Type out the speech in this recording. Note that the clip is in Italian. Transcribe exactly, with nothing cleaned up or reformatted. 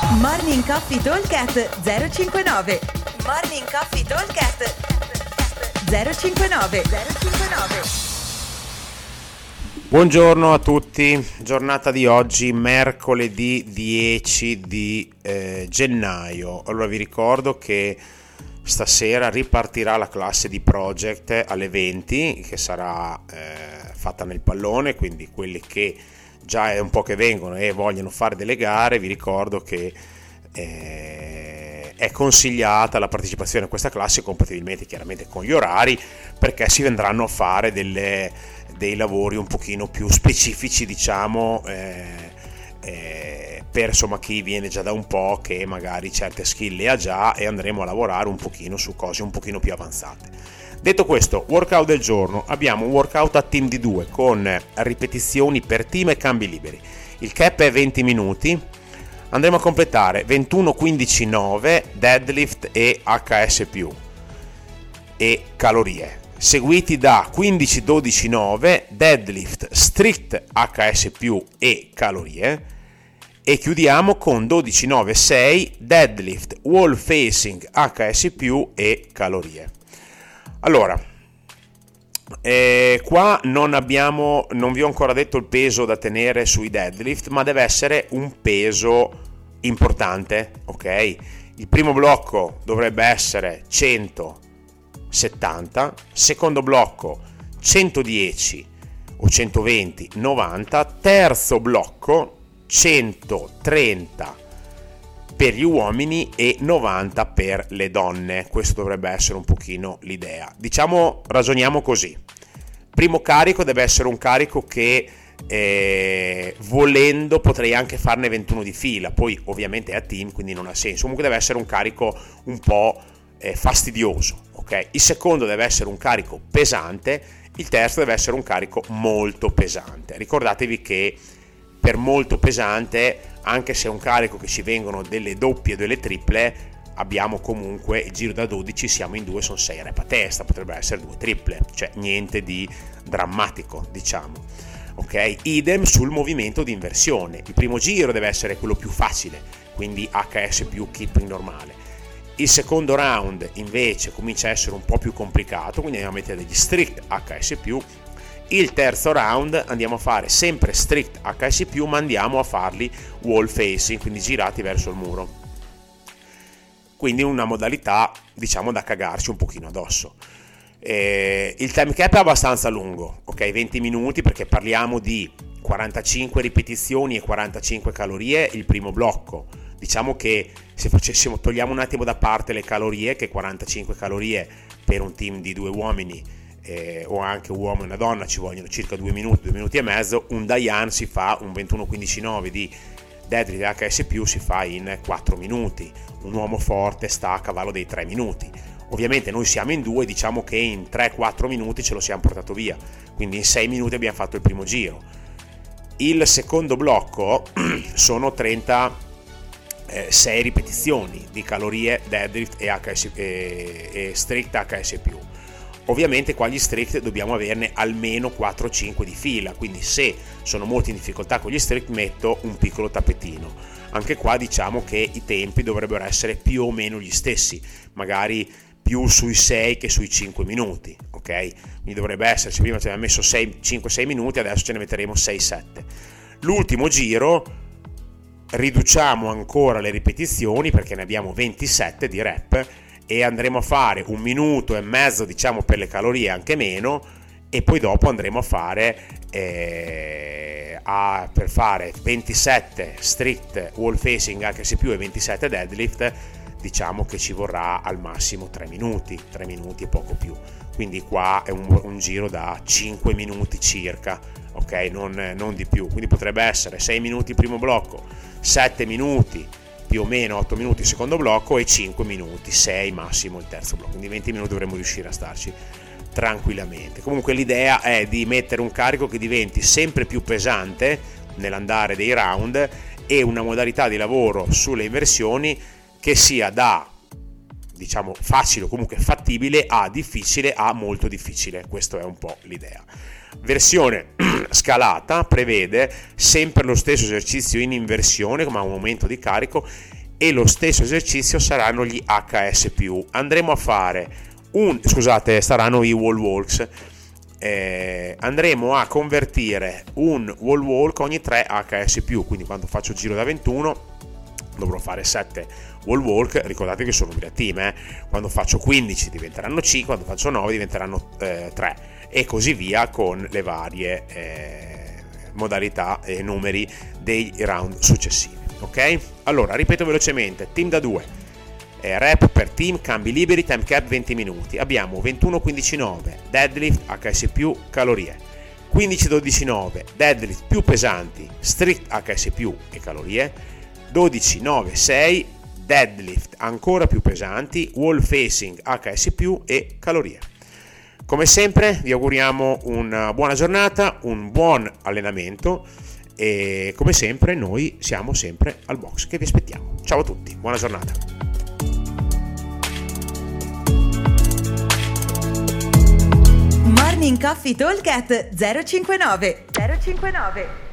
Morning Coffee Talkcast zero cinquantanove. Morning Coffee Talkcast zero cinquantanove. zero cinquantanove. Buongiorno a tutti, giornata di oggi, mercoledì dieci di eh, gennaio. Allora vi ricordo che stasera ripartirà la classe di Project alle venti, che sarà eh, fatta nel pallone, quindi quelli che già è un po' che vengono e vogliono fare delle gare, vi ricordo che eh, è consigliata la partecipazione a questa classe, compatibilmente chiaramente con gli orari, perché si vedranno a fare delle, dei lavori un pochino più specifici, diciamo, eh, eh, per insomma chi viene già da un po', che magari certe skill le ha già, e andremo a lavorare un pochino su cose un pochino più avanzate. Detto questo, workout del giorno, abbiamo un workout a team di due con ripetizioni per team e cambi liberi. Il cap è venti minuti, andremo a completare ventuno quindici nove deadlift e H S più e calorie, seguiti da quindici dodici nove deadlift strict H S più e calorie, e chiudiamo con dodici nove sei deadlift wall facing H S più e calorie. Allora, eh, qua non abbiamo, non vi ho ancora detto il peso da tenere sui deadlift, ma deve essere un peso importante, ok? Il primo blocco dovrebbe essere centosettanta, secondo blocco centodieci o centoventi novanta, terzo blocco centotrenta per gli uomini e novanta per le donne. Questo dovrebbe essere un pochino l'idea. Diciamo, ragioniamo così. Primo carico deve essere un carico che eh, volendo potrei anche farne ventuno di fila, poi ovviamente è a team, quindi non ha senso. Comunque deve essere un carico un po' eh, fastidioso, ok? Il secondo deve essere un carico pesante, il terzo deve essere un carico molto pesante. Ricordatevi che per molto pesante, anche se è un carico che ci vengono delle doppie e delle triple, abbiamo comunque il giro da dodici, siamo in due, sono sei rep a testa, potrebbe essere due triple, cioè niente di drammatico, diciamo, ok? Idem sul movimento di inversione. Il primo giro deve essere quello più facile, quindi H S più keeping normale. Il secondo round invece comincia a essere un po' più complicato, quindi andiamo a mettere degli strict H S più. Il terzo round andiamo a fare sempre strict H S più, ma andiamo a farli wall facing, quindi girati verso il muro. Quindi una modalità, diciamo, da cagarci un pochino addosso. Eh, il time cap è abbastanza lungo, ok? venti minuti, perché parliamo di quarantacinque ripetizioni e quarantacinque calorie il primo blocco. Diciamo che se facessimo, togliamo un attimo da parte le calorie, che quarantacinque calorie per un team di due uomini Eh, o anche un uomo e una donna ci vogliono circa due minuti, due minuti e mezzo. Un Dayan si fa, un ventuno quindici nove di deadlift H S più si fa in quattro minuti, un uomo forte sta a cavallo dei tre minuti. Ovviamente noi siamo in due, diciamo che in tre quattro minuti ce lo siamo portato via, quindi in sei minuti abbiamo fatto il primo giro. Il secondo blocco sono trentasei ripetizioni di calorie deadlift e, H S, e, e strict H S più. Ovviamente qua gli strict dobbiamo averne almeno quattro cinque di fila, quindi se sono molto in difficoltà con gli strict metto un piccolo tappetino. Anche qua diciamo che i tempi dovrebbero essere più o meno gli stessi, magari più sui sei che sui cinque minuti, ok? Quindi dovrebbe essere, se prima ci abbiamo messo cinque sei minuti, adesso ce ne metteremo sei sette. L'ultimo giro riduciamo ancora le ripetizioni, perché ne abbiamo ventisette di rep, e andremo a fare un minuto e mezzo, diciamo, per le calorie, anche meno, e poi dopo andremo a fare eh, a, per fare ventisette strict wall facing H S più e ventisette deadlift, diciamo che ci vorrà al massimo tre minuti, tre minuti e poco più, quindi qua è un, un giro da cinque minuti circa, ok? Non, non di più, quindi potrebbe essere sei minuti il primo blocco, sette minuti più o meno, otto minuti il secondo blocco e cinque minuti, sei massimo il terzo blocco, quindi venti minuti dovremmo riuscire a starci tranquillamente. Comunque l'idea è di mettere un carico che diventi sempre più pesante nell'andare dei round e una modalità di lavoro sulle inversioni che sia da, diciamo, facile o comunque fattibile a difficile a molto difficile. Questo è un po' l'idea. Versione scalata prevede sempre lo stesso esercizio in inversione, come un aumento di carico, e lo stesso esercizio saranno gli H S più. Andremo a fare un, scusate, saranno i wall walks. Eh, andremo a convertire un wall walk ogni tre H S più, quindi quando faccio giro da ventuno dovrò fare sette wall walk. Ricordate che sono numeri a team, eh? Quando faccio quindici diventeranno cinque, quando faccio nove diventeranno eh, tre, e così via con le varie eh, modalità e numeri dei round successivi. Ok? Allora ripeto velocemente: team da due, eh, rep per team, cambi liberi, time cap venti minuti. Abbiamo ventuno quindici nove, deadlift, H S più, calorie. Quindici dodici nove, deadlift più pesanti, strict H S più e calorie. Dodici nove sei, deadlift ancora più pesanti, wall facing, H S più e calorie. Come sempre vi auguriamo una buona giornata, un buon allenamento, e come sempre noi siamo sempre al box che vi aspettiamo. Ciao a tutti, buona giornata. Morning Coffee Talk at zero cinquantanove zero cinquantanove